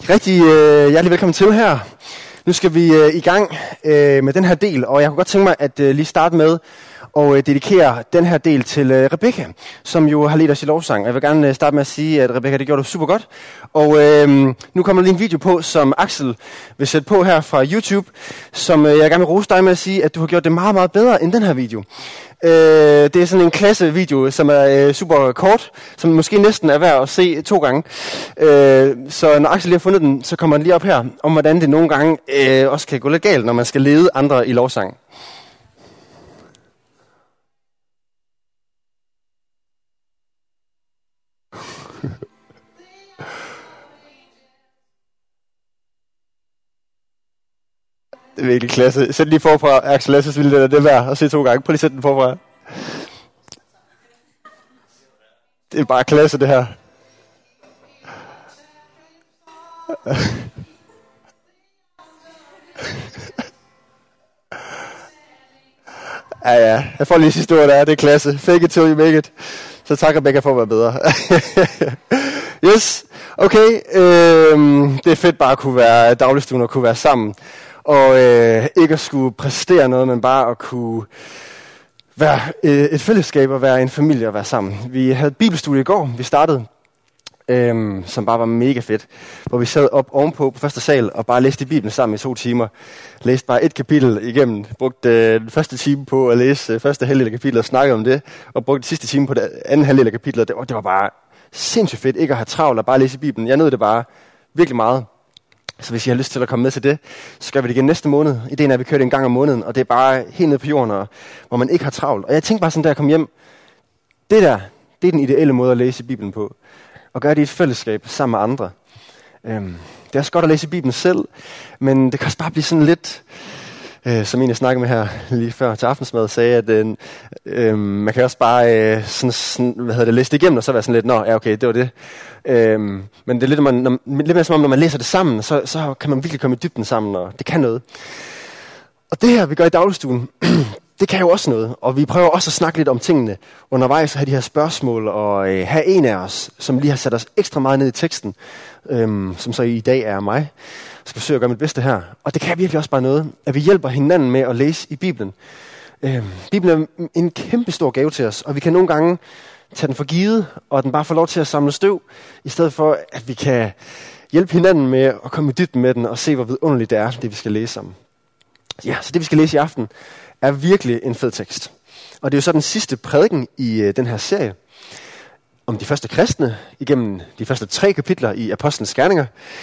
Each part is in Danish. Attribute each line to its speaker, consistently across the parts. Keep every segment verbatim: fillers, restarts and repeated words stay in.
Speaker 1: Rigtig øh, hjertelig velkommen til her. Nu skal vi øh, i gang øh, med den her del, og jeg kunne godt tænke mig at øh, lige starte med at øh, dedikere den her del til øh, Rebecca, som jo har ledt os i lovsang. Jeg vil gerne øh, starte med at sige, at Rebecca, det gjorde du super godt. Og øh, nu kommer der lige en video på, som Axel vil sætte på her fra YouTube, som øh, jeg gerne vil rose dig med at sige, at du har gjort det meget, meget bedre end den her video. Øh, det er sådan en klassevideo, som er øh, super kort, som måske næsten er værd at se to gange. Øh, så når Axel lige har fundet den, så kommer den lige op her, om hvordan det nogle gange øh, også kan gå lidt galt, når man skal lede andre i lovsang. Det er virkelig klasse. Sæt lige forfra, Axel, jeg synes, det er det værd at se to gange. Prøv lige at sætte den forfra. Det er bare klasse, det her. Ja, ja. Jeg får lige sidste ord, der er. Det er klasse. Fake it till you make it. Så tak, Rebecca, for at være bedre. Yes. Okay. Øhm, det er fedt bare at kunne være dagligstuen og kunne være sammen. Og øh, ikke at skulle præstere noget, men bare at kunne være øh, et fællesskab og være en familie og være sammen. Vi havde et bibelstudie i går, vi startede, øh, som bare var mega fedt. Hvor vi sad op ovenpå på første sal og bare læste Bibelen sammen i to timer. Læste bare et kapitel igennem, brugte øh, den første time på at læse øh, første halvdel af kapitlet og snakke om det. Og brugte den sidste time på det anden halvdel af kapitlet. Det, det var bare sindssygt fedt ikke at have travlt og bare læse Bibelen. Jeg nød det bare virkelig meget. Så hvis I har lyst til at komme med til det, så gør vi det igen næste måned. Ideen er, at vi kører det en gang om måneden, og det er bare helt nede på jorden, og, hvor man ikke har travlt. Og jeg tænkte bare sådan, da jeg kom hjem, det der, det er den ideelle måde at læse Bibelen på. Og gøre det i et fællesskab sammen med andre. Øhm, det er også godt at læse Bibelen selv, men det kan også bare blive sådan lidt, øh, som en jeg snakkede med her lige før til aftensmad, sagde, at øh, øh, man kan også bare øh, sådan, sådan, hvad hedder det, læse det igennem, og så være sådan lidt, nå, ja okay, det var det. Øhm, men det er lidt, når man, når, lidt mere som om, når man læser det sammen, så, så kan man virkelig komme i dybden sammen, og det kan noget. Og det her, vi gør i dagligstuen, det kan jo også noget. Og vi prøver også at snakke lidt om tingene undervejs, og have de her spørgsmål, og øh, have en af os, som lige har sat os ekstra meget ned i teksten, øhm, som så i dag er mig. Jeg skal forsøge at gøre mit bedste her. Og det kan virkelig også bare noget, at vi hjælper hinanden med at læse i Bibelen. Øhm, Bibelen er en kæmpe stor gave til os, og vi kan nogle gange tage den for givet, og den bare får lov til at samle støv, i stedet for, at vi kan hjælpe hinanden med at komme i dybden med den, og se, hvor vidunderligt det er, det vi skal læse om. Ja, så det vi skal læse i aften, er virkelig en fed tekst. Og det er jo så den sidste prædiken i øh, den her serie, om de første kristne, igennem de første tre kapitler i Apostlenes Gerninger.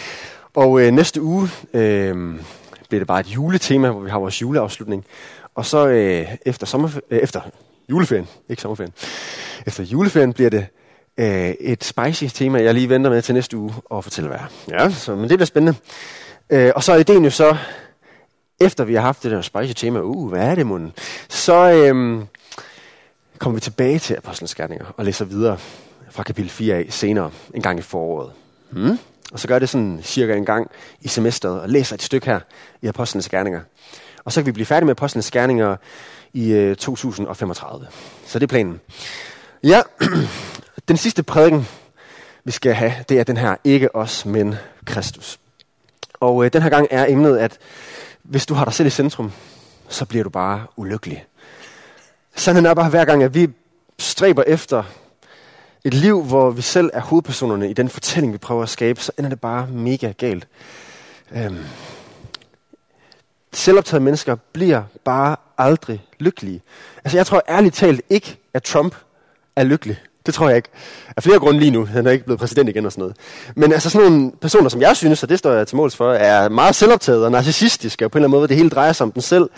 Speaker 1: Og øh, næste uge øh, bliver det bare et juletema, hvor vi har vores juleafslutning. Og så øh, efter, sommerf- øh, efter juleferien, ikke sommerferien, efter juleferien bliver det øh, et spicy tema, jeg lige venter med til næste uge og fortælle, hvad er. Ja, så, men det bliver spændende. Øh, og så er ideen jo så, efter vi har haft det der spicy tema, uh, hvad er det, munden? Så øh, kommer vi tilbage til Apostlenes Gerninger og læser videre fra kapitel fire af senere, en gang i foråret. Hmm? Og så gør det sådan cirka en gang i semesteret og læser et stykke her i Apostlenes Gerninger. Og så kan vi blive færdige med Apostlenes Gerninger i øh, to tusind femogtredive. Så det er planen. Ja, den sidste prædiken, vi skal have, det er den her, ikke os, men Kristus. Og øh, den her gang er emnet, at hvis du har dig selv i centrum, så bliver du bare ulykkelig. Sandheden er bare hver gang, at vi stræber efter et liv, hvor vi selv er hovedpersonerne i den fortælling, vi prøver at skabe, så ender det bare mega galt. Øhm. Selvoptagede mennesker bliver bare aldrig lykkelige. Altså jeg tror ærligt talt ikke, at Trump er lykkelig. Det tror jeg ikke. Af flere grunde lige nu. Han er ikke blevet præsident igen og sådan noget. Men altså sådan nogle personer, som jeg synes, og det står jeg til måls for, er meget selvoptaget og narcissistiske, og på en eller anden måde, det hele drejer sig om den selv.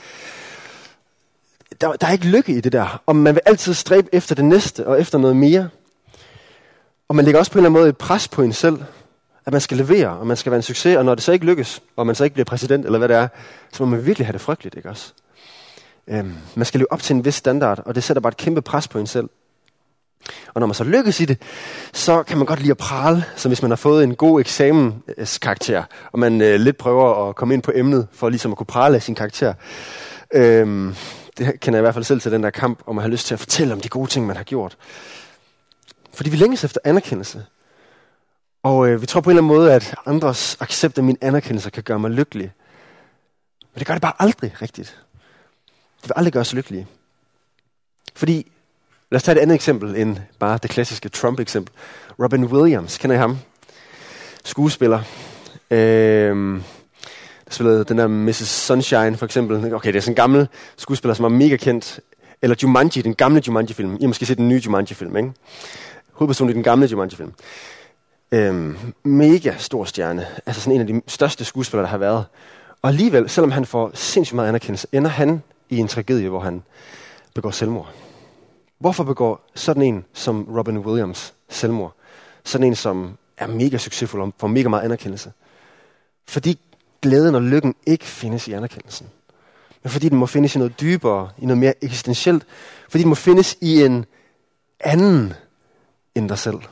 Speaker 1: Der, der er ikke lykke i det der. Og man vil altid stræbe efter det næste og efter noget mere. Og man lægger også på en eller anden måde et pres på en selv, at man skal levere, og man skal være en succes, og når det så ikke lykkes, og man så ikke bliver præsident, eller hvad det er, så må man virkelig have det frygteligt, ikke også? Øhm, man skal leve op til en vis standard, og det sætter bare et kæmpe pres på en selv. Og når man så lykkes i det, så kan man godt lide at prale, som hvis man har fået en god eksamenskarakter, og man øh, lidt prøver at komme ind på emnet, for ligesom at kunne prale af sin karakter. Øhm, det kender jeg i hvert fald selv til den der kamp, om man har lyst til at fortælle om de gode ting, man har gjort. Fordi vi længes efter anerkendelse. Og øh, vi tror på en eller anden måde, at andres accept af min anerkendelse kan gøre mig lykkelig. Men det gør det bare aldrig rigtigt. Det vil aldrig gøre os lykkelige. Fordi, lad os tage et andet eksempel end bare det klassiske Trump-eksempel. Robin Williams, kender I ham? Skuespiller. Øh, der spillede den der missus Sunshine for eksempel. Okay, det er sådan en gammel skuespiller, som er mega kendt. Eller Jumanji, den gamle Jumanji-film. I har måske set den nye Jumanji-film, ikke? Hovedpersonen i den gamle Jumanji-film. Øhm, mega stor stjerne. Altså sådan en af de største skuespillere, der har været. Og alligevel, selvom han får sindssygt meget anerkendelse, ender han i en tragedie, hvor han begår selvmord. Hvorfor begår sådan en som Robin Williams selvmord? Sådan en, som er mega succesfuld og får mega meget anerkendelse. Fordi glæden og lykken ikke findes i anerkendelsen. Men fordi den må findes i noget dybere, i noget mere eksistentielt. Fordi den må findes i en anden end dig selv.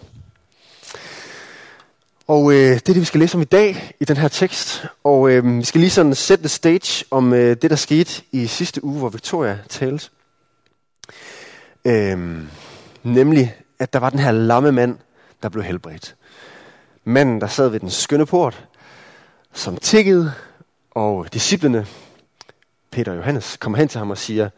Speaker 1: Og øh, det er det, vi skal læse om i dag i den her tekst. Og øh, vi skal lige sådan sætte the stage om øh, det, der skete i sidste uge, hvor Victoria talte. Øh, nemlig, at der var den her lamme mand, der blev helbredt. Manden, der sad ved den skønne port, som tiggede, og disciplene, Peter og Johannes, kommer hen til ham og siger,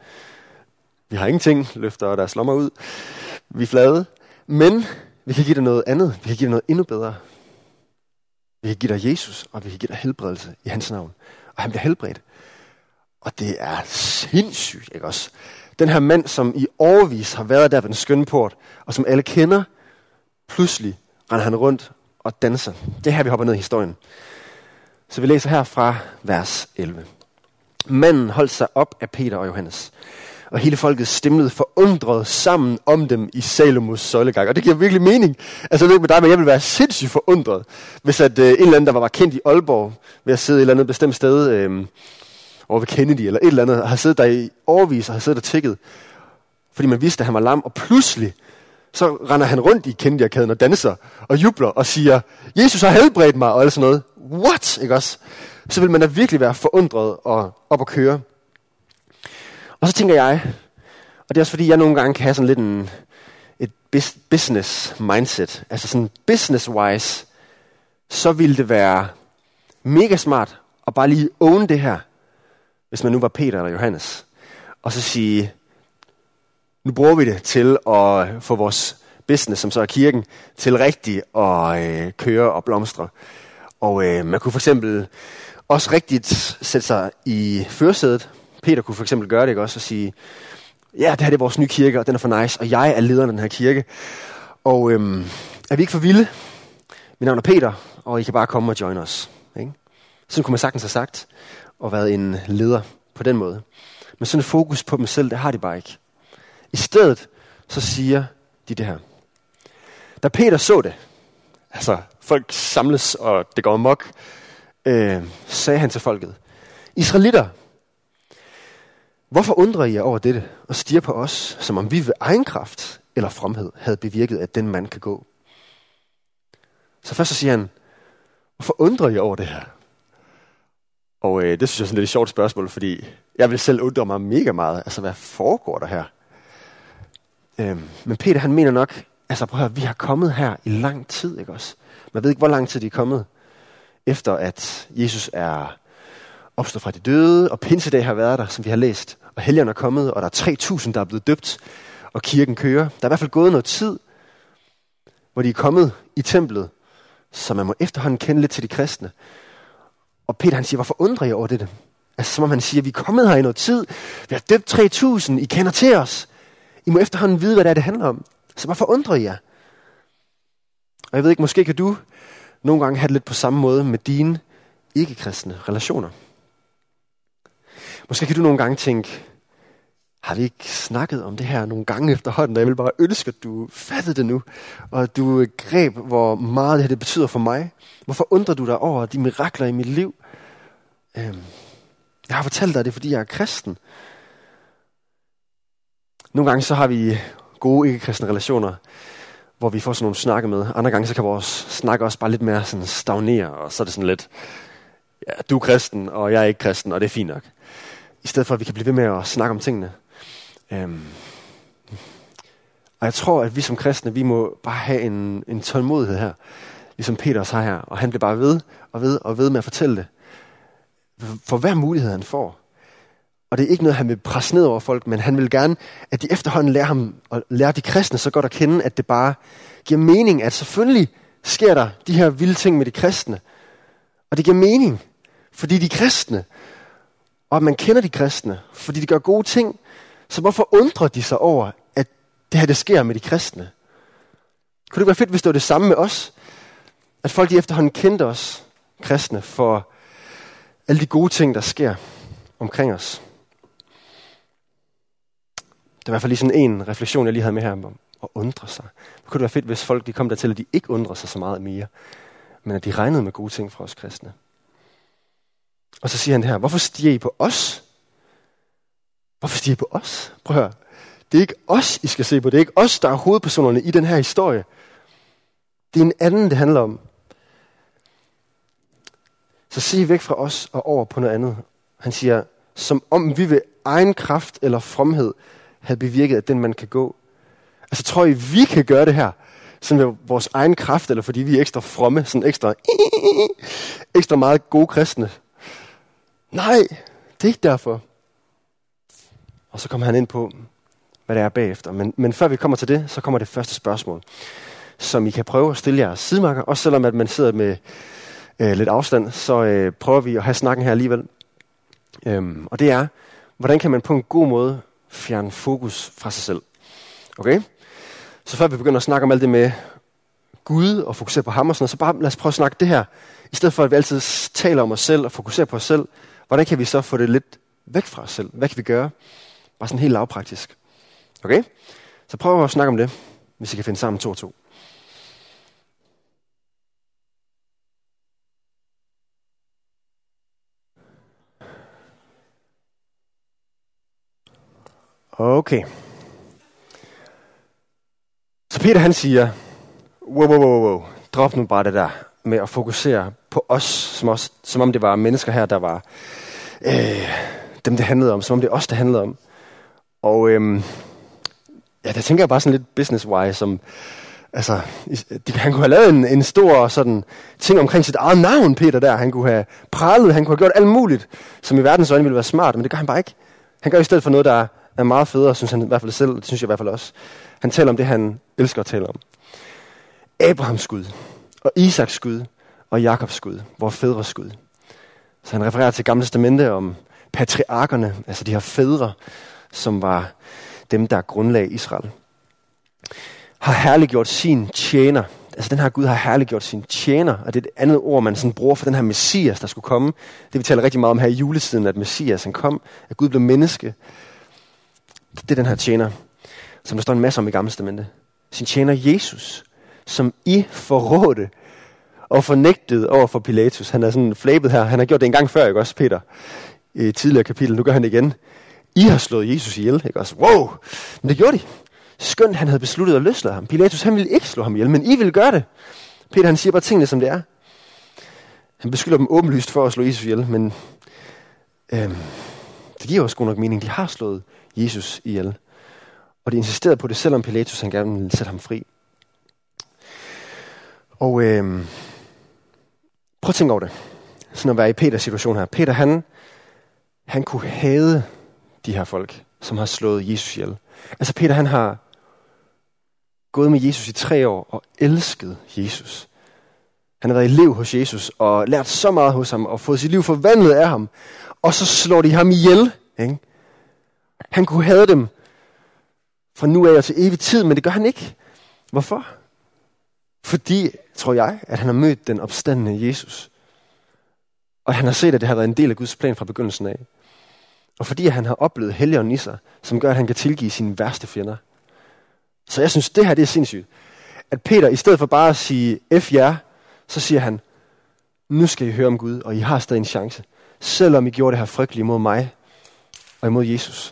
Speaker 1: vi har ingenting, løfter deres lommer ud, vi er flade, men vi kan give dig noget andet, vi kan give dig noget endnu bedre. Vi kan give dig Jesus, og vi kan give dig helbredelse i hans navn. Og han bliver helbredt. Og det er sindssygt, ikke også? Den her mand, som i årevis har været der ved den skønne port, og som alle kender, pludselig render han rundt og danser. Det er her, vi hopper ned i historien. Så vi læser her fra vers elleve. Manden holdt sig op af Peter og Johannes, og hele folket stimlede forundret sammen om dem i Salomos søjlegang. Og det giver virkelig mening. Altså jeg ved ikke med dig, men jeg vil være sindssygt forundret, hvis at øh, en eller anden, der var kendt i Aalborg, ved at sidde et eller andet bestemt sted, øh, over ved Kennedy eller et eller andet, har siddet der i årevis og har siddet og tækket, fordi man vidste, at han var lam, og pludselig så render han rundt i Kennedy-arkaden og danser og jubler og siger, Jesus har helbredt mig, og alt sådan noget. What? Ikke også? Så vil man da virkelig være forundret og op at køre. Og så tænker jeg, og det er også fordi, jeg nogle gange kan have sådan lidt en, et business mindset, altså sådan business-wise, så ville det være mega smart at bare lige own det her, hvis man nu var Peter eller Johannes, og så sige, nu bruger vi det til at få vores business, som så er kirken, til rigtigt at øh, køre og blomstre. Og øh, man kunne for eksempel også rigtigt sætte sig i førersædet. Peter kunne for eksempel gøre det, ikke også, og sige, ja, det her det er vores nye kirke, og den er for nice, og jeg er lederen af den her kirke. Og øhm, er vi ikke for vilde? Mit navn er Peter, og I kan bare komme og join os. Ikke? Sådan kunne man sagtens have sagt, og været en leder på den måde. Men sådan et fokus på dem selv, det har de bare ikke. I stedet, så siger de det her. Da Peter så det, altså folk samles, og det går amok, øh, sagde han til folket, Israelitter, hvorfor undrer I jer over dette, og stiger på os, som om vi ved egen kraft eller fromhed havde bevirket, at den mand kan gå? Så først så siger han, hvorfor undrer I over det her? Og øh, det synes jeg er sådan lidt et sjovt spørgsmål, fordi jeg vil selv undre mig mega meget. Altså, hvad foregår der her? Øhm, men Peter, han mener nok, altså prøv at høre, vi har kommet her i lang tid, ikke også? Man ved ikke, hvor lang tid de er kommet, efter at Jesus er opstået fra de døde, og pinsedag har været der, som vi har læst, og helgerne er kommet, og der er tre tusind, der er blevet døbt, og kirken kører. Der er i hvert fald gået noget tid, hvor de er kommet i templet, så man må efterhånden kende lidt til de kristne. Og Peter han siger, hvorfor undrer I over det? Altså som om han siger, vi er kommet her i noget tid, vi har døbt tre tusind, I kender til os. I må efterhånden vide, hvad det er, det handler om. Så hvorfor undrer I jer? Og jeg ved ikke, måske kan du nogle gange have det lidt på samme måde med dine ikke-kristne relationer. Måske kan du nogle gange tænke, har vi ikke snakket om det her nogle gange efterhånden, og jeg vil bare ønske, at du fattede det nu, og du greb, hvor meget det her det betyder for mig. Hvorfor undrer du dig over de mirakler i mit liv? Øhm, jeg har fortalt dig det, fordi jeg er kristen. Nogle gange så har vi gode ikke-kristne relationer, hvor vi får sådan nogle snakke med. Andre gange så kan vores snak også bare lidt mere sådan stagnere, og så er det sådan lidt, ja, du er kristen, og jeg er ikke kristen, og det er fint nok. I stedet for, at vi kan blive ved med at snakke om tingene. Øhm. Og jeg tror, at vi som kristne, vi må bare have en, en tålmodighed her. ligesom Peter også har her. Og han bliver bare ved og ved og ved med at fortælle det. For hver mulighed han får. Og det er ikke noget, han vil presse ned over folk, men han vil gerne, at de efterhånden lærer ham og lærer de kristne så godt at kende, at det bare giver mening, at selvfølgelig sker der de her vilde ting med de kristne. Og det giver mening, fordi de er kristne. Og at man kender de kristne, fordi de gør gode ting. Så hvorfor undrer de sig over, at det her det sker med de kristne? Kunne det være fedt, hvis det var det samme med os? At folk de efterhånden kendte os, kristne, for alle de gode ting, der sker omkring os. Det er i hvert fald lige sådan en refleksion, jeg lige havde med her om at undre sig. Det kunne det være fedt, hvis folk de kom dertil, at de ikke undrer sig så meget mere, men at de regnede med gode ting fra os kristne. Og så siger han det her, hvorfor stiger I på os? Hvorfor stiger I på os? Prøv at høre. Det er ikke os, I skal se på. Det er ikke os, der er hovedpersonerne i den her historie. Det er en anden, det handler om. Så se væk fra os og over på noget andet. Han siger, som om vi ved egen kraft eller fromhed havde bevirket, at den man kan gå. Altså tror I, vi kan gøre det her? Sådan ved vores egen kraft, eller fordi vi er ekstra fromme, sådan ekstra, ekstra meget gode kristne. Nej, det er ikke derfor. Og så kommer han ind på, hvad det er bagefter. Men, men før vi kommer til det, så kommer det første spørgsmål, som I kan prøve at stille jeres sidemarker. Også selvom at man sidder med øh, lidt afstand, så øh, prøver vi at have snakken her alligevel. Øhm, og det er, hvordan kan man på en god måde fjerne fokus fra sig selv? Okay? Så før vi begynder at snakke om alt det med Gud og fokusere på ham og sådan noget, så bare lad os prøve at snakke det her. I stedet for at vi altid taler om os selv og fokuserer på os selv, hvordan kan vi så få det lidt væk fra os selv? Hvad kan vi gøre? Bare sådan helt lavpraktisk. Okay? Så prøv at snakke om det, hvis I kan finde sammen to og to. Okay. Så Peter han siger, wow, wow, wow, wow, drop nu bare det der med at fokusere på os, som, os, som om det var mennesker her, der var øh, dem, det handlede om, som om det er os, det handlede om. Og øh, ja, der tænker jeg bare sådan lidt business-wise, som, altså, de, han kunne have lavet en, en stor sådan ting omkring sit eget navn, Peter der. Han kunne have pralet, han kunne have gjort alt muligt, som i verdens øjne ville være smart, men det gør han bare ikke. Han gør i stedet for noget, der er meget federe, synes han i hvert fald selv, det synes jeg i hvert fald også. Han taler om det, han elsker at tale om. Abrahams Gud, og Isaks Gud, og Jakobs Gud, vores fædres Gud. Så han refererer til Gamle Testamente om patriarkerne, altså de her fædre, som var dem, der grundlagde Israel. Har herliggjort sin tjener. Altså den her Gud har herliggjort sin tjener, og det er et andet ord, man sådan bruger for den her Messias, der skulle komme. Det vi taler rigtig meget om her i juletiden, at Messias han kom, at Gud blev menneske. Det er den her tjener, som der står en masse om i Gamle Testamente. Sin tjener Jesus, som I forrådte og fornægtede over for Pilatus. Han er sådan flabet her. Han har gjort det en gang før, ikke også, Peter? I tidligere kapitel. Nu gør han det igen. I har slået Jesus ihjel, ikke også? Wow! Men det gjorde de. Skønt han havde besluttet at løslade ham. Pilatus, han ville ikke slå ham ihjel, men I ville gøre det. Peter, han siger bare tingene, som det er. Han beskylder dem åbenlyst for at slå Jesus ihjel, men øhm, det giver også god nok mening. De har slået Jesus ihjel. Og de insisterede på det, selvom Pilatus han gerne ville sætte ham fri. Og øhm, prøv at tænke over det. Sådan at være i Peters situation her. Peter, han, han kunne hade de her folk, som har slået Jesus ihjel. Altså Peter, han har gået med Jesus i tre år og elsket Jesus. Han har været elev hos Jesus og lært så meget hos ham og fået sit liv forvandlet af ham. Og så slår de ham ihjel. Ikke? Han kunne hade dem fra nu af og til evig tid, men det gør han ikke. Hvorfor? Fordi, tror jeg, at han har mødt den opstandende Jesus. Og han har set, at det har været en del af Guds plan fra begyndelsen af. Og fordi han har oplevet Helligånden i sig, som gør, at han kan tilgive sine værste fjender. Så jeg synes, det her det er sindssygt. At Peter, i stedet for bare at sige F jer, så siger han, nu skal I høre om Gud, og I har stadig en chance. Selvom I gjorde det her frygteligt imod mig og imod Jesus.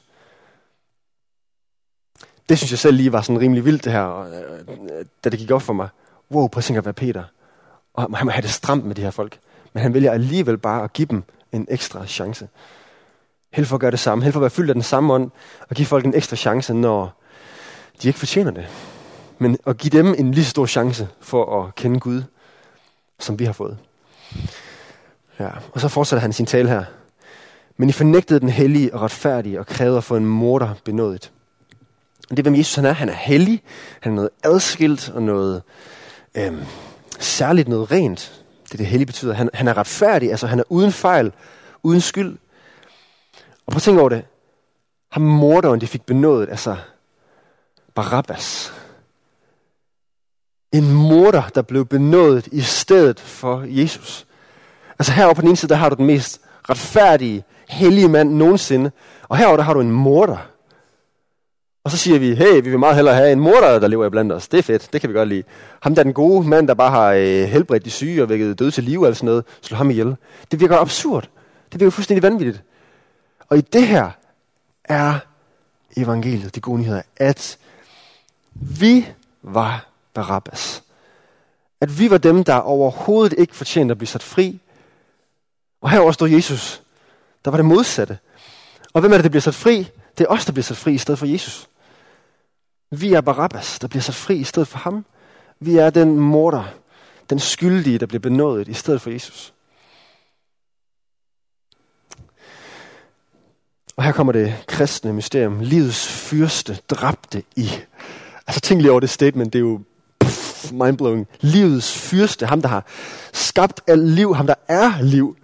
Speaker 1: Det synes jeg selv lige var sådan rimelig vildt det her, og, da det gik op for mig. Wow, prøv at tænke at være Peter. Og han må have det stramt med de her folk. Men han vælger alligevel bare at give dem en ekstra chance. Held for at gøre det samme. Held for at være fyldt af den samme ånd. Og give folk en ekstra chance, når de ikke fortjener det. Men at give dem en lige så stor chance for at kende Gud. som vi har fået. Ja, og så fortsætter han sin tale her. Men I fornægtede den hellige og retfærdige og krævede at få en morder benådet. Og det er, hvem Jesus han er. Han er hellig. Han er noget adskilt og noget øhm, særligt, noget rent. Det er det hellige betyder. Han, han er retfærdig, altså han er uden fejl, uden skyld. Og prøv at tænke over det. Ham morderen, de fik benådet, altså Barabbas. En morder, der blev benådet i stedet for Jesus. Altså herovre på den ene side, der har du den mest retfærdige, hellige mand nogensinde. Og herovre, der har du en morder. Og så siger vi, hey, vi vil meget hellere have en morder, der lever iblandt os. Det er fedt, det kan vi godt lide. Ham der er den gode mand, der bare har øh, helbredt de syge og vækket døde til live og alt sådan noget. Slå ham ihjel. Det virker absurd. Det virker fuldstændig vanvittigt. Og i det her er evangeliet, de gode nyheder, at vi var Barabbas. At vi var dem, der overhovedet ikke fortjente at blive sat fri. Og herover stod Jesus. Der var det modsatte. Og hvem er det, der bliver sat fri? Det er os, der bliver sat fri i stedet for Jesus. Vi er Barabbas, der bliver sat fri i stedet for ham. Vi er den morder, den skyldige, der bliver benådet i stedet for Jesus. Og her kommer det kristne mysterium. Livets fyrste dræbte I. Altså tænk lige over det statement, det er jo pff, mindblowing. Livets fyrste, ham der har skabt alt liv, ham der er liv.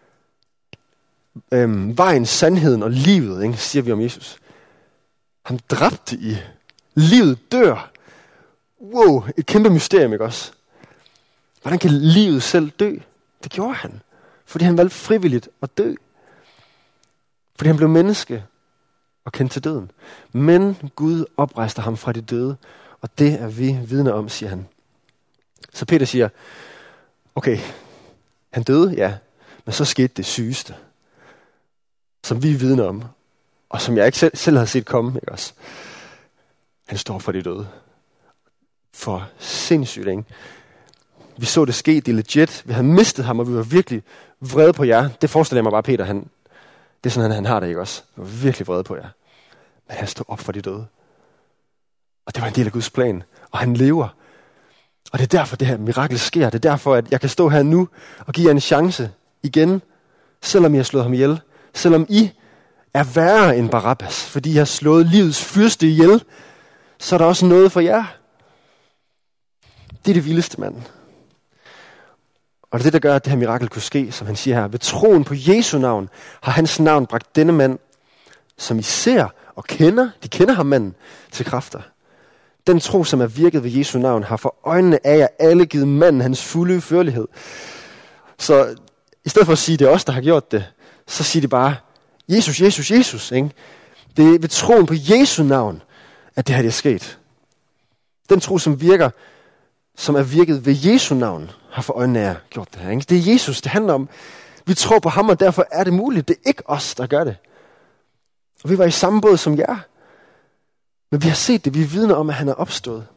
Speaker 1: Øhm, vejen, sandheden og livet, ikke, siger vi om Jesus. Han dræbte I. Livet dør. Wow, et kæmpe mysterium, ikke også? Hvordan kan livet selv dø? Det gjorde han. Fordi han valgte frivilligt at dø. Fordi han blev menneske og kendte til døden. Men Gud oprejste ham fra de døde, og det er vi vidner om, siger han. Så Peter siger, okay, han døde, ja, men så skete det sygeste, som vi vidner om, og som jeg ikke selv, selv havde set komme, ikke også? Han står for de døde. For sindssygt, ikke? Vi så det ske, det er legit. Vi havde mistet ham, og vi var virkelig vrede på jer. Det forestiller jeg mig bare, Peter, han, det er sådan, han, han har det, ikke også? Vi var virkelig vrede på jer. Men han stod op for de døde. Og det var en del af Guds plan. Og han lever. Og det er derfor, det her mirakel sker. Det er derfor, at jeg kan stå her nu og give jer en chance igen, selvom I har slået ham ihjel. Selvom I er værre end Barabbas, fordi I har slået livets fyrste ihjel, så er der også noget for jer. Det er det vildeste, mand. Og det er det, der gør, at det her mirakel kunne ske, som han siger her. Ved troen på Jesu navn har hans navn bragt denne mand, som I ser og kender, de kender ham manden, til kræfter. Den tro, som er virket ved Jesu navn, har for øjnene af jer alle givet manden hans fulde førlighed. Så i stedet for at sige, det er os, der har gjort det, så siger de bare, Jesus, Jesus, Jesus. Ikke? Det er ved troen på Jesu navn, at det her det er sket. Den tro, som virker, som er virket ved Jesu navn, har for øjnene af jer gjort det her. Ikke? Det er Jesus, det handler om. Vi tror på ham, og derfor er det muligt. Det er ikke os, der gør det. Og vi var i samme båd som jer. Men vi har set det. Vi er vidner om, at han er opstået.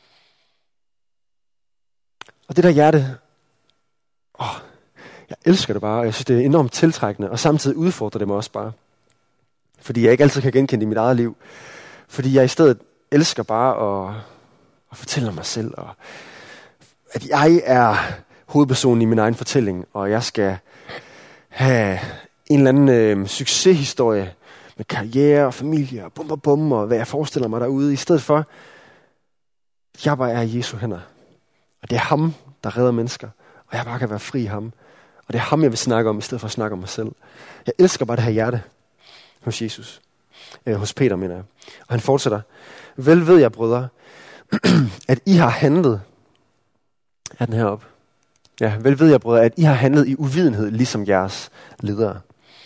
Speaker 1: Og det der hjerte, åh, jeg elsker det bare, og jeg synes, det er enormt tiltrækkende, og samtidig udfordrer det mig også bare. Fordi jeg ikke altid kan genkende det i mit eget liv. Fordi jeg i stedet elsker bare at, at fortælle om mig selv, og at jeg er hovedpersonen i min egen fortælling, og jeg skal have en eller anden øh, succeshistorie med karriere og familie og bum, bum, bum, og hvad jeg forestiller mig derude, i stedet for, at jeg bare er i Jesu hænder. Og det er ham, der redder mennesker, og jeg bare kan være fri i ham. Og det er ham, jeg vil snakke om, i stedet for at snakke om mig selv. Jeg elsker bare det her hjerte hos Jesus. Øh, hos Peter, mener jeg. Og han fortsætter. Vel ved jeg, brødre, at I har handlet. Er den heroppe? Ja, vel ved jeg, brødre, at I har handlet i uvidenhed, ligesom jeres ledere.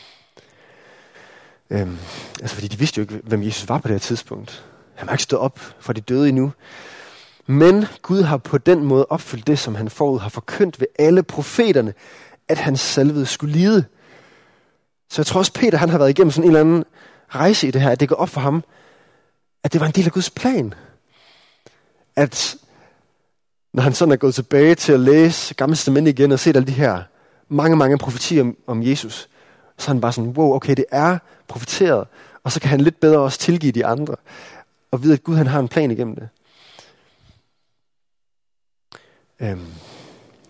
Speaker 1: Øhm, altså, fordi de vidste jo ikke, hvem Jesus var på det her tidspunkt. Han var ikke stået op for de døde endnu. Men Gud har på den måde opfyldt det, som han forud har forkyndt ved alle profeterne, at hans salvede skulle lide. Så jeg tror også, Peter han har været igennem sådan en eller anden rejse i det her, at det går op for ham, at det var en del af Guds plan. At når han sådan er gået tilbage til at læse Gamle Testament igen og set alle de her mange, mange profetier om, om Jesus, så er han bare sådan, wow, okay, det er profeteret, og så kan han lidt bedre også tilgive de andre, og vide, at Gud han har en plan igennem det. Øhm.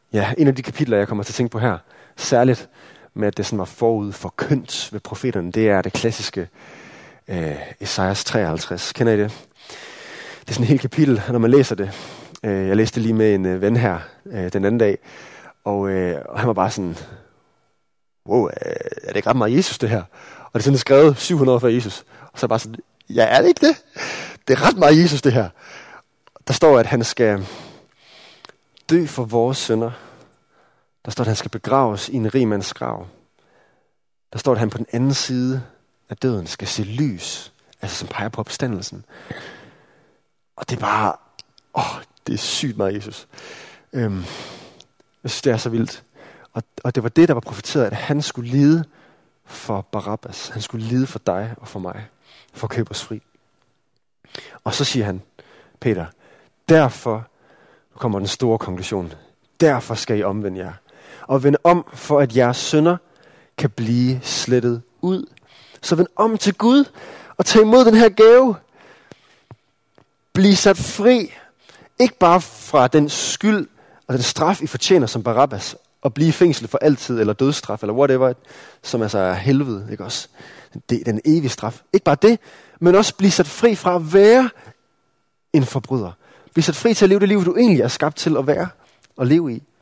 Speaker 1: ja, en af de kapitler, jeg kommer til at tænke på her, særligt med, at det sådan var forud for kønt ved profeterne, det er det klassiske øh, Esajas treoghalvtreds. Kender I det? Det er sådan et helt kapitel, når man læser det. Øh, jeg læste det lige med en øh, ven her øh, den anden dag, og, øh, og han var bare sådan, wow, er det ikke ret meget Jesus det her? Og det er sådan skrevet syv hundrede år før Jesus. Og så er bare sådan, ja, er det ikke det? Det er ret meget Jesus det her. Der står, at han skal dø for vores synder. Der står, at han skal begraves i en rig mands grav. Der står, at han på den anden side af døden skal se lys, altså som peger på opstandelsen. Og det er bare, åh, det er sygt meget Jesus. Øhm, jeg synes, det er så vildt. Og, og det var det, der var profeteret, at han skulle lide for Barabbas. Han skulle lide for dig og for mig, for at købe os fri. Og så siger han, Peter, derfor, nu kommer den store konklusion, derfor skal I omvende jer. Og vende om, for at jeres synder kan blive slettet ud. Så vend om til Gud, og tag imod den her gave. Bliv sat fri, ikke bare fra den skyld og den straf, I fortjener som Barabbas, og blive i fængsel for altid, eller dødsstraf, eller whatever, som altså er helvede, ikke også? Det, den evige straf. Ikke bare det, men også blive sat fri fra at være en forbryder. Blive sat fri til at leve det liv, du egentlig er skabt til at være og leve i.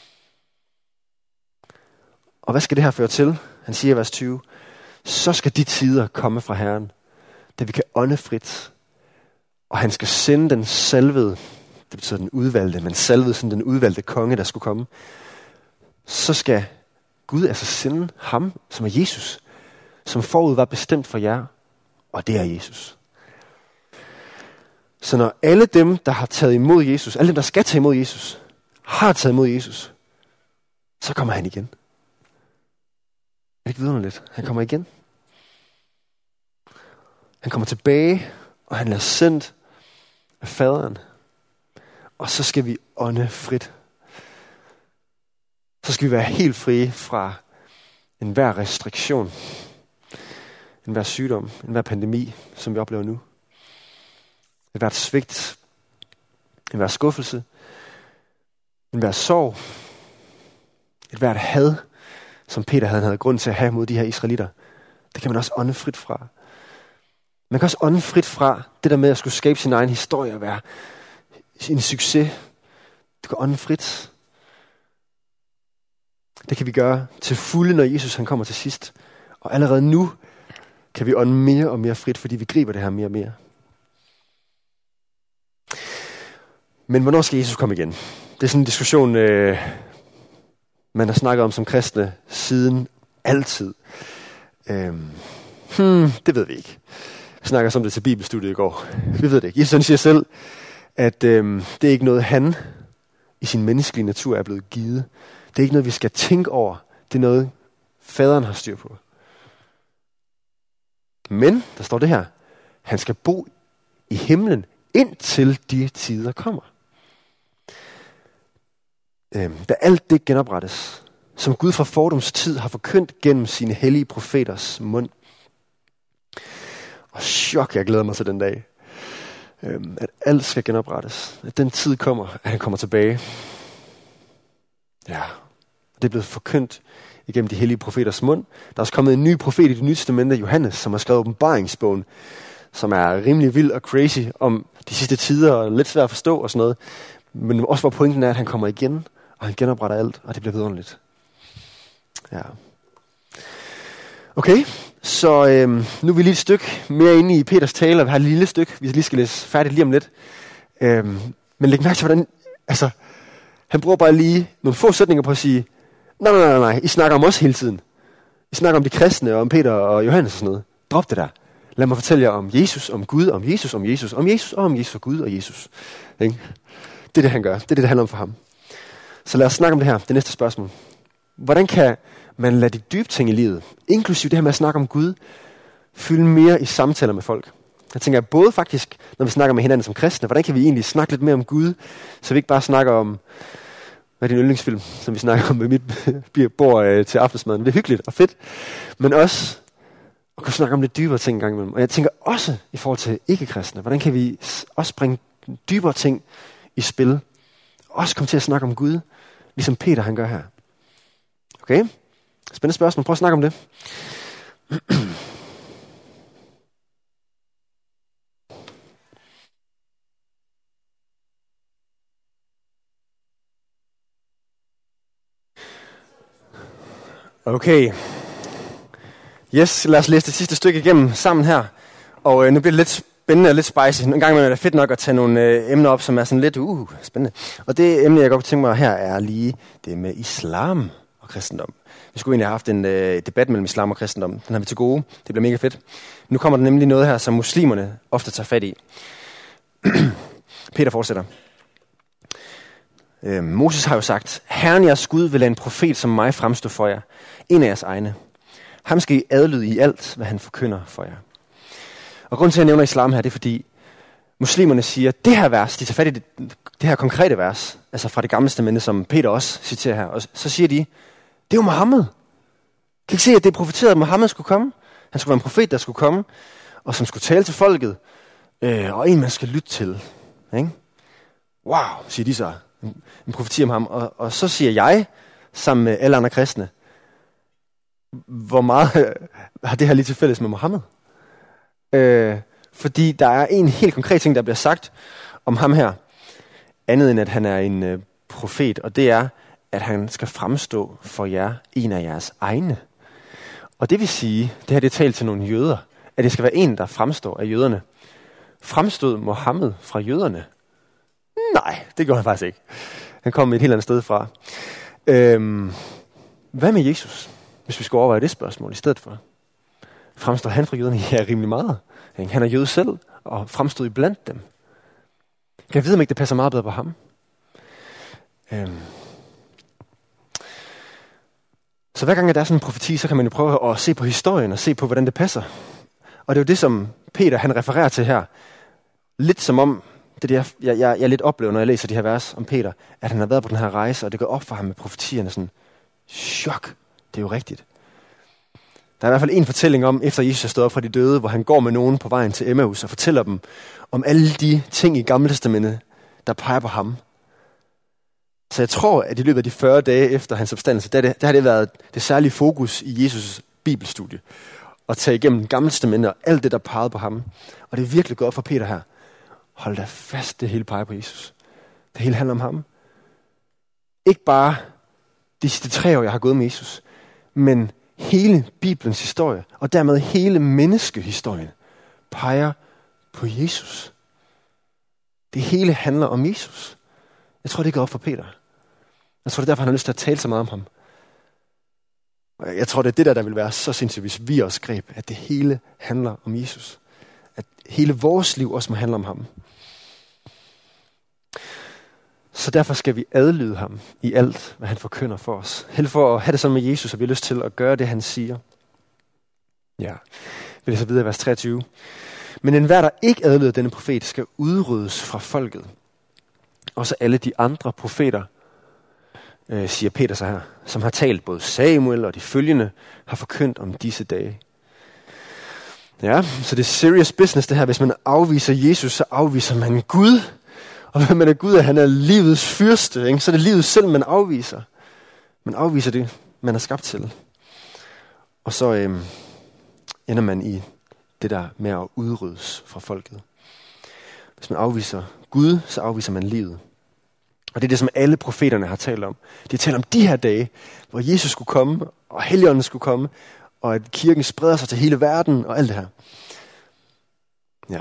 Speaker 1: Og hvad skal det her føre til? Han siger i vers tyve, så skal de tider komme fra Herren, da vi kan ånde frit, og han skal sende den salvede, det betyder den udvalgte, men salvede sådan den udvalgte konge, der skulle komme. Så skal Gud altså sende ham, som er Jesus, som forud var bestemt for jer, og det er Jesus. Så når alle dem, der har taget imod Jesus, alle dem, der skal tage imod Jesus, har taget imod Jesus, så kommer han igen. Er det ikke vidunderligt? Han kommer igen. Han kommer tilbage, og han er sendt af faderen. Og så skal vi ånde frit. Så skal vi være helt frie fra enhver restriktion, enhver sygdom, enhver pandemi, som vi oplever nu. Enhver svigt, enhver skuffelse, enhver sorg, enhver had, som Peter havde, havde grund til at have mod de her israelitter. Det kan man også ånde frit fra. Man kan også ånde frit fra det der med at skulle skabe sin egen historie og være en succes. Du kan ånde frit. Det kan vi gøre til fulde, når Jesus han kommer til sidst. Og allerede nu kan vi ånde mere og mere frit, fordi vi griber det her mere og mere. Men hvornår skal Jesus komme igen? Det er sådan en diskussion, øh, man har snakket om som kristne siden altid. Øhm, hmm, det ved vi ikke. Vi snakker om det til bibelstudiet i går. Vi ved det ikke. Jesus siger selv, at øhm, det er ikke noget, han i sin menneskelige natur er blevet givet. Det er ikke noget, vi skal tænke over. Det er noget, faderen har styr på. Men, der står det her, han skal bo i himlen, indtil de tider kommer. Øhm, da alt det genoprettes, som Gud fra fordums tid har forkyndt gennem sine hellige profeters mund. Og chok, jeg glæder mig til den dag. Øhm, at alt skal genoprettes. At den tid kommer, at han kommer tilbage. Ja, det er blevet forkyndt igennem de hellige profeters mund. Der er også kommet en ny profet i det nye testamente, Johannes, som har skrevet åbenbaringsbogen, som er rimelig vild og crazy om de sidste tider, og lidt svært at forstå og sådan noget. Men også hvor pointen er, at han kommer igen, og han genopretter alt, og det bliver vidunderligt. Ja. Okay, så øhm, nu er vi lige et stykke mere inde i Peters tale, og vi har et lille stykke, vi lige skal læse færdigt lige om lidt. Øhm, men læg mærke til, hvordan, altså, han bruger bare lige nogle få sætninger på at sige, nej, nej, nej, nej, I snakker om os hele tiden. I snakker om de kristne, og om Peter og Johannes og sådan noget. Drop det der. Lad mig fortælle jer om Jesus, om Gud, om Jesus, om Jesus, om Jesus, og om Jesus og Gud og Jesus. Ikke? Det er det, han gør. Det er det, det handler om for ham. Så lad os snakke om det her, det næste spørgsmål. Hvordan kan man lade de dybe ting i livet, inklusive det her med at snakke om Gud, fylde mere i samtaler med folk? Jeg tænker både faktisk, når vi snakker med hinanden som kristne, hvordan kan vi egentlig snakke lidt mere om Gud, så vi ikke bare snakker om, hvad er din yndlingsfilm, som vi snakker om ved mit bord øh, til aftensmaden. Det er hyggeligt og fedt, men også at kunne snakke om lidt dybere ting en gang imellem. Og jeg tænker også i forhold til ikke-kristne, hvordan kan vi også bringe dybere ting i spil? Også komme til at snakke om Gud Ligesom Peter han gør her. Okay? Spændende spørgsmål. Prøv at snakke om det. Okay. Yes, lad os læse det sidste stykke igennem sammen her. Og øh, nu bliver det lidt spændende og lidt spicy. En gang imellem er det fedt nok at tage nogle øh, emner op, som er sådan lidt uh, spændende. Og det emne, jeg godt kunne tænke mig her, er lige det med islam og kristendom. Vi skulle egentlig have haft en øh, debat mellem islam og kristendom. Den har vi til gode. Det bliver mega fedt. Nu kommer der nemlig noget her, som muslimerne ofte tager fat i. Peter fortsætter. Øh, Moses har jo sagt, Herren jeres Gud vil lade en profet som mig fremstå for jer. En af jeres egne. Ham skal I adlyde i alt, hvad han forkynder for jer. Og grunden til, at jeg nævner islam her, det er fordi, muslimerne siger, det her vers, de tager fat i det, det her konkrete vers, altså fra det gamle testamente, som Peter også citerer her, og så siger de, det er jo Mohammed. Kan I ikke se, at det er profeteret, at Mohammed skulle komme? Han skulle være en profet, der skulle komme, og som skulle tale til folket, øh, og en, man skal lytte til. Ikke? Wow, siger de så. En, en profeti om ham. Og, og så siger jeg, sammen med alle andre kristne, hvor meget har det her lige til fælles med Mohammed? Øh, fordi der er en helt konkret ting, der bliver sagt om ham her, andet end at han er en øh, profet, og det er, at han skal fremstå for jer en af jeres egne. Og det vil sige, det her det er talt til nogle jøder, at det skal være en, der fremstår af jøderne. Fremstod Mohammed fra jøderne? Nej, det gjorde han faktisk ikke. Han kom et helt andet sted fra. Øhm, hvad med Jesus? Hvis vi skal overveje det spørgsmål i stedet for. Fremstår han fra jøderne? Ja, rimelig meget. Han er jøde selv, og fremstod i blandt dem. Kan jeg vide, om ikke det passer meget bedre på ham? Øhm. Så hver gang der er sådan en profeti, så kan man jo prøve at se på historien, og se på, hvordan det passer. Og det er jo det, som Peter han refererer til her. Lidt som om, det er det, jeg, jeg, jeg lidt oplever, når jeg læser de her vers om Peter, at han har været på den her rejse, og det går op for ham med profetierne sådan, chok, det er jo rigtigt. Der er i hvert fald en fortælling om, efter Jesus er stået op fra de døde, hvor han går med nogen på vejen til Emmaus og fortæller dem om alle de ting i Gamle Testamentet, der peger på ham. Så jeg tror, at i løbet af de fyrre dage efter hans opstandelse, der, der har det været det særlige fokus i Jesus' bibelstudie. At tage igennem Gamle Testamentet og alt det, der pegede på ham. Og det er virkelig godt for Peter her. Hold da fast, det hele peger på Jesus. Det hele handler om ham. Ikke bare de sidste tre år, jeg har gået med Jesus, men hele Bibelens historie, og dermed hele menneskehistorien, peger på Jesus. Det hele handler om Jesus. Jeg tror, det går op for Peter. Jeg tror, det er derfor, han har lyst til at tale så meget om ham. Jeg tror, det er det der, der vil være så sindssygt, hvis vi også greb, at det hele handler om Jesus. At hele vores liv også må handle om ham. Så derfor skal vi adlyde ham i alt, hvad han forkynder for os. Held for at have det sådan med Jesus, og vi har lyst til at gøre det, han siger. Ja, vi læser videre i vers treogtyve. Men enhver, der ikke adlyder denne profet, skal udryddes fra folket. Også alle de andre profeter, øh, siger Peter så her, som har talt både Samuel og de følgende, har forkyndt om disse dage. Ja, så det er serious business det her. Hvis man afviser Jesus, så afviser man Gud. Og hvis man er Gud, at han er livets fyrste, ikke? Så er det livet selv, man afviser. Man afviser det, man er skabt til. Og så øh, ender man i det der med at udryddes fra folket. Hvis man afviser Gud, så afviser man livet. Og det er det, som alle profeterne har talt om. De taler om de her dage, hvor Jesus skulle komme, og Helligånden skulle komme, og at kirken spreder sig til hele verden, og alt det her. Ja.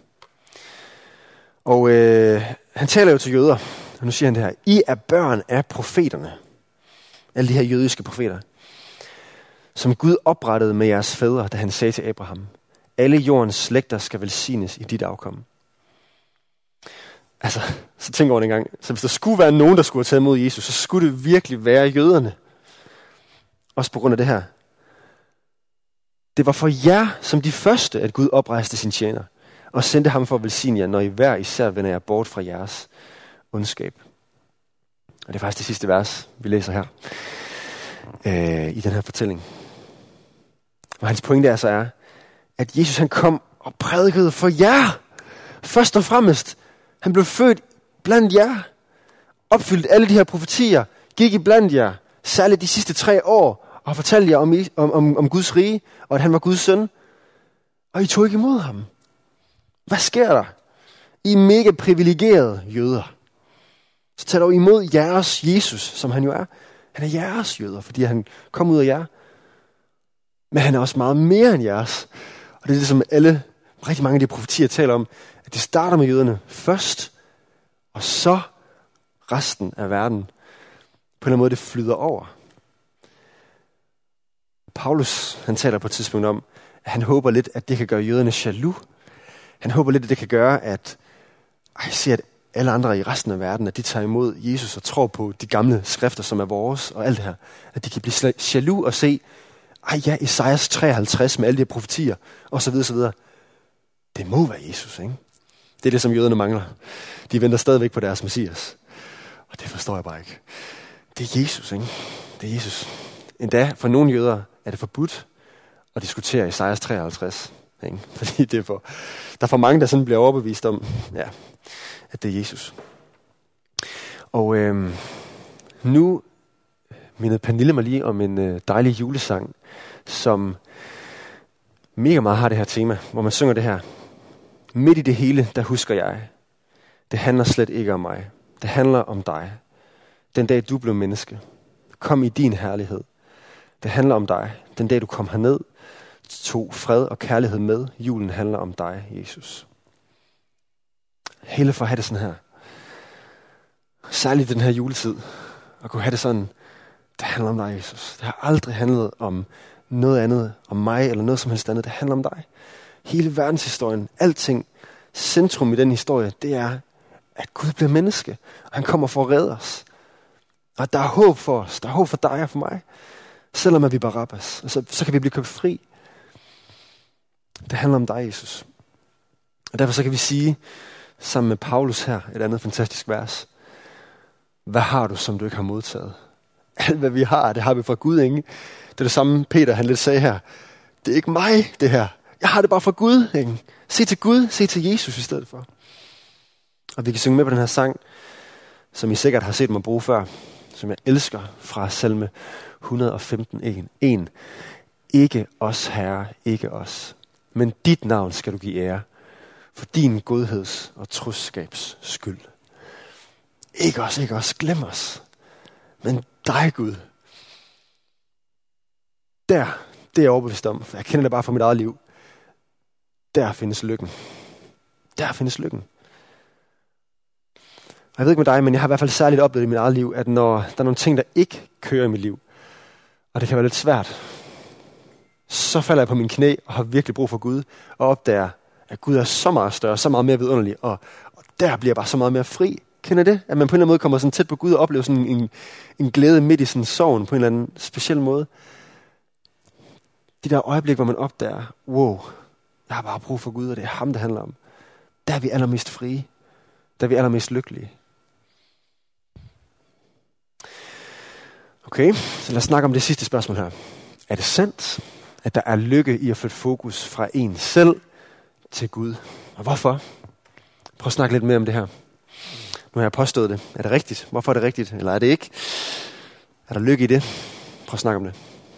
Speaker 1: Og øh, han taler jo til jøder, og nu siger han det her. I er børn af profeterne. Alle de her jødiske profeter. Som Gud oprettede med jeres fædre, da han sagde til Abraham. Alle jordens slægter skal velsignes i dit afkom. Altså, så tænk over det en gang. Så hvis der skulle være nogen, der skulle have taget imod Jesus, så skulle det virkelig være jøderne. Også på grund af det her. Det var for jer som de første, at Gud oprejste sin tjener, og sendte ham for at velsigne jer, når I hver især vender jer bort fra jeres ondskab. Og det er faktisk det sidste vers, vi læser her, øh, i den her fortælling. Og hans pointe er så er, at Jesus han kom og prædikede for jer. Først og fremmest, han blev født blandt jer. Opfyldt alle de her profetier. gik i blandt jer, særligt de sidste tre år, og har fortalt jer om, om, om, om Guds rige, og at han var Guds søn. Og I tog ikke imod ham. Hvad sker der? I er mega privilegerede jøder. Så tag dog imod jeres Jesus, som han jo er. Han er jeres jøder, fordi han kom ud af jer. Men han er også meget mere end jeres. Og det er det, som alle, rigtig mange af de profetier taler om, at det starter med jøderne først, og så resten af verden. På en eller anden måde, det flyder over. Paulus, han taler på et tidspunkt om, at han håber lidt, at det kan gøre jøderne jaloux. Han håber lidt, at det kan gøre, at jeg ser, at alle andre i resten af verden, at de tager imod Jesus og tror på de gamle skrifter, som er vores, og alt det her. At de kan blive jaloux og se, ej ja, Esajas treoghalvtreds med alle de her profetier, og så videre, så videre. Det må være Jesus, ikke? Det er det, som jøderne mangler. De venter stadigvæk på deres messias. Og det forstår jeg bare ikke. Det er Jesus, ikke? Det er Jesus. Endda for nogle jøder er det forbudt at diskutere Esajas treoghalvtreds. Ikke? Fordi det er for, der er for mange, der sådan bliver overbevist om, ja, at det er Jesus. Og øhm, nu mindede Pernille mig lige om en øh, dejlig julesang, som mega meget har det her tema, hvor man synger det her. Midt i det hele, der husker jeg. Det handler slet ikke om mig. Det handler om dig. Den dag du blev menneske. Kom i din herlighed. Det handler om dig. Den dag du kom herned, tog fred og kærlighed med. Julen handler om dig, Jesus. Hele for at have det sådan her. Særligt den her juletid. At kunne have det sådan. Det handler om dig, Jesus. Det har aldrig handlet om noget andet, om mig eller noget som helst andet. Det handler om dig. Hele verdenshistorien, alting, centrum i den historie, det er, at Gud bliver menneske. Og han kommer for at redde os. Og der er håb for os. Der er håb for dig og for mig. Selvom at vi Barabbas. Og så, så kan vi blive købt fri. Det handler om dig, Jesus. Og derfor så kan vi sige, sammen med Paulus her, et andet fantastisk vers. Hvad har du, som du ikke har modtaget? Alt hvad vi har, det har vi fra Gud, ikke? Det er det samme Peter, han lidt sagde her. Det er ikke mig, det her. Jeg har det bare fra Gud, ikke? Se til Gud, se til Jesus i stedet for. Og vi kan synge med på den her sang, som I sikkert har set mig bruge før, som jeg elsker, fra salme et hundrede og femten en. Ikke os, Herre, ikke os, men dit navn skal du give ære, for din godheds og troskabs skyld. Ikke os, ikke os, glem os, men dig, Gud. Der, det er jeg overbevist om, for jeg kender det bare fra mit eget liv. Der findes lykken. Der findes lykken. Og jeg ved ikke med dig, men jeg har i hvert fald særligt oplevet i mit eget liv, at når der er nogle ting, der ikke kører i mit liv, og det kan være lidt svært, så falder jeg på mine knæ og har virkelig brug for Gud, og opdager, at Gud er så meget større, så meget mere vidunderlig, og, og der bliver jeg bare så meget mere fri. Kender det? At man på en eller anden måde kommer sådan tæt på Gud og oplever sådan en, en glæde midt i sådan sorgen på en eller anden speciel måde. De der øjeblik, hvor man opdager, wow, jeg har bare brug for Gud, og det er ham, det handler om. Der er vi allermest frie. Der er vi allermest lykkelige. Okay, så lad os snakke om det sidste spørgsmål her. Er det sandt, at der er lykke i at flytte fokus fra en selv til Gud? Og hvorfor? Prøv at snakke lidt mere om det her. Nu har jeg påstået det. Er det rigtigt? Hvorfor er det rigtigt? Eller er det ikke? Er der lykke i det? Prøv at snakke om det.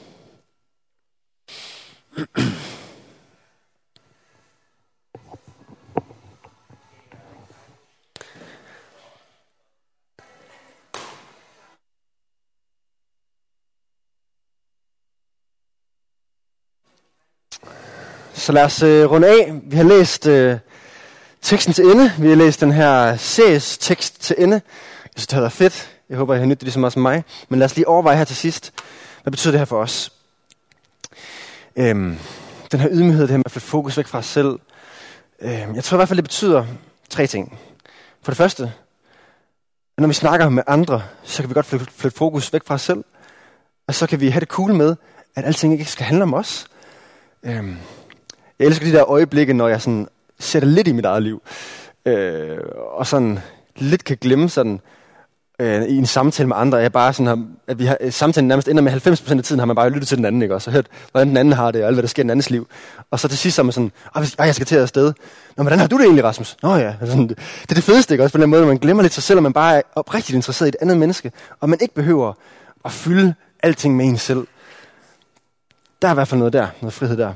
Speaker 1: Så lad os øh, runde af. Vi har læst øh, teksten til ende. Vi har læst den her series tekst til ende. Jeg synes, det har været fedt. Jeg håber, I har nyttet det lige så meget som mig. Men lad os lige overveje her til sidst. Hvad betyder det her for os? Øhm, den her ydmyghed, det her med at flytte fokus væk fra os selv. Øhm, jeg tror i hvert fald, det betyder tre ting. For det første, at når vi snakker med andre, så kan vi godt flytte, flytte fokus væk fra os selv. Og så kan vi have det cool med, at alting ikke skal handle om os. Øhm, jeg elsker de der øjeblikke, når jeg sådan sætter lidt i mit eget liv. Øh, og sådan lidt kan glemme sådan, øh, i en samtale med andre, er bare sådan, har, at vi har, samtalen nærmest ender med halvfems procent af tiden, har man bare lyttet til den anden, ikke? Og så hørt, hvordan den anden har det, og alt hvad der sker i den andens liv. Og så til sidst så er man sådan, åh, jeg skal til at afsted. Nå, hvordan har du det egentlig, Rasmus? Nå ja, sådan, det er det fedeste, ikke? Også på den måde, man glemmer lidt sig selv, og man bare er oprigtigt interesseret i et andet menneske, og man ikke behøver at fylde alting med en selv. Der er i hvert fald noget der, noget frihed der.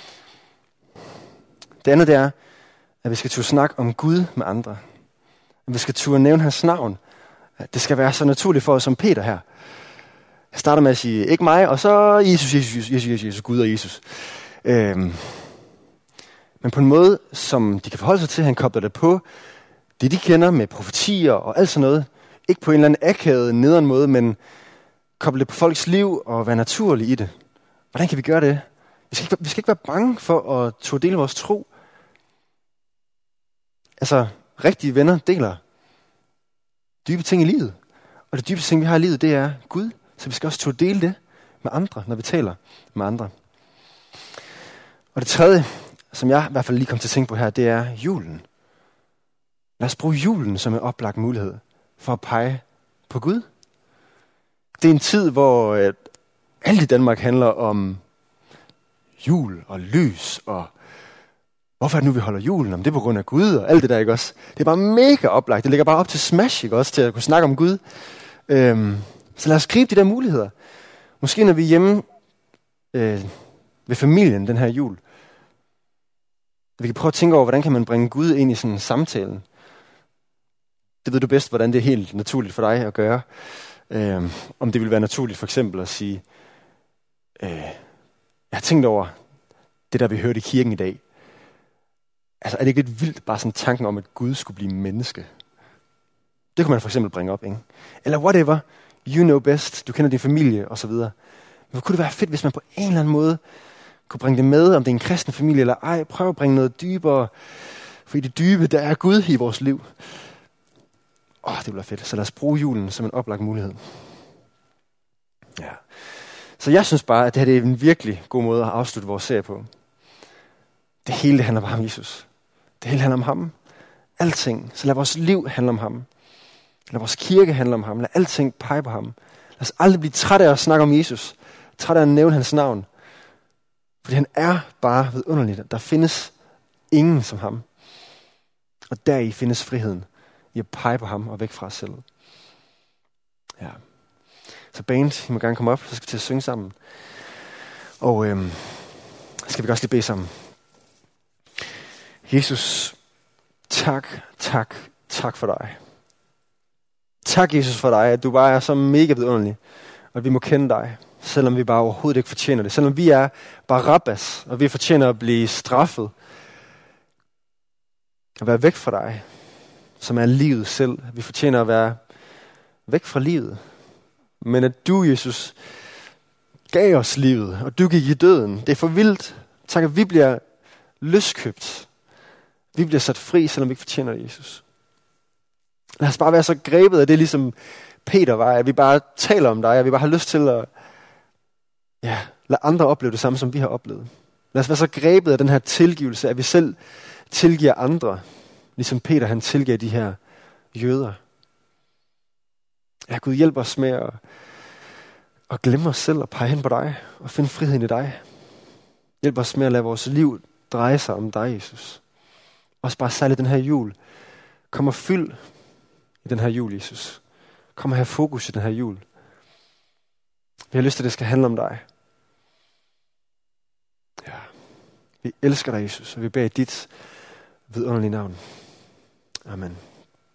Speaker 1: Det andet det er, at vi skal turde snakke om Gud med andre. At vi skal turde nævne hans navn. Det skal være så naturligt for os som Peter her. Jeg starter med at sige, ikke mig, og så Jesus, Jesus, Jesus, Jesus, Jesus, Jesus Gud og Jesus. Øhm. Men på en måde, som de kan forholde sig til, han kobler det på det, de kender med profetier og alt sådan noget. Ikke på en eller anden akavet, nederen måde, men koble det på folks liv og være naturlig i det. Hvordan kan vi gøre det? Vi skal ikke, vi skal ikke være bange for at turde dele vores tro. Altså, rigtige venner deler dybe ting i livet. Og det dybeste ting, vi har i livet, det er Gud. Så vi skal også turde dele det med andre, når vi taler med andre. Og det tredje, som jeg i hvert fald lige kom til at tænke på her, det er julen. Lad os bruge julen som en oplagt mulighed for at pege på Gud. Det er en tid, hvor øh, alt i Danmark handler om jul og lys, og hvorfor er det nu, vi holder julen? Om det er på grund af Gud og alt det der, ikke også? Det er bare mega oplagt. Det ligger bare op til smash, ikke også? Til at kunne snakke om Gud. Øhm, så lad os gribe de der muligheder. Måske når vi er hjemme øh, ved familien den her jul. Vi kan prøve at tænke over, hvordan kan man bringe Gud ind i sådan en samtale. Det ved du bedst, hvordan det er helt naturligt for dig at gøre. Øhm, om det vil være naturligt for eksempel at sige, øh, jeg har tænkt over det, der vi hørte i kirken i dag. Altså er det ikke lidt vildt, bare sådan tanken om, at Gud skulle blive menneske? Det kunne man for eksempel bringe op, ikke? Eller whatever, you know best, du kender din familie osv. Men hvor kunne det være fedt, hvis man på en eller anden måde kunne bringe det med, om det er en kristen familie eller ej. Prøv at bringe noget dybere, for i det dybe, der er Gud i vores liv. Åh, det bliver fedt. Så lad os bruge julen som en oplagt mulighed. Ja. Så jeg synes bare, at det her det er en virkelig god måde at afslutte vores serie på. Det hele det handler bare om Jesus. Det hele handler om ham. Alting. Så lad vores liv handle om ham. Lad vores kirke handle om ham. Lad alting pege på ham. Lad os aldrig blive trætte af at snakke om Jesus. Trætte af at nævne hans navn. Fordi han er bare vidunderligt. Der findes ingen som ham. Og deri findes friheden i at pege på ham og væk fra os selv. Ja. Så band, I må gerne komme op, så skal vi til at synge sammen. Og øhm, skal vi også lige bede sammen. Jesus, tak, tak, tak for dig. Tak, Jesus, for dig, at du bare er så mega vidunderlig, og at vi må kende dig, selvom vi bare overhovedet ikke fortjener det. Selvom vi er Barabbas, og vi fortjener at blive straffet. At være væk fra dig, som er livet selv. Vi fortjener at være væk fra livet. Men at du, Jesus, gav os livet, og du gik i døden. Det er for vildt. Tak, at vi bliver løskøbt. Vi bliver sat fri, selvom vi ikke fortjener det, Jesus. Lad os bare være så grebet af det, ligesom Peter var, at vi bare taler om dig, og vi bare har lyst til at ja, lade andre opleve det samme, som vi har oplevet. Lad os være så grebet af den her tilgivelse, at vi selv tilgiver andre, ligesom Peter han tilgiver de her jøder. Ja, Gud, hjælp os med at, at glemme os selv og pege hen på dig, og finde friheden i dig. Hjælp os med at lade vores liv dreje sig om dig, Jesus. Også bare særligt den her jul. Kom og fyld i den her jul, Jesus. Kom og have fokus i den her jul. Vi har lyst til, at det skal handle om dig. Ja. Vi elsker dig, Jesus, og vi beder i dit vidunderlige navn. Amen.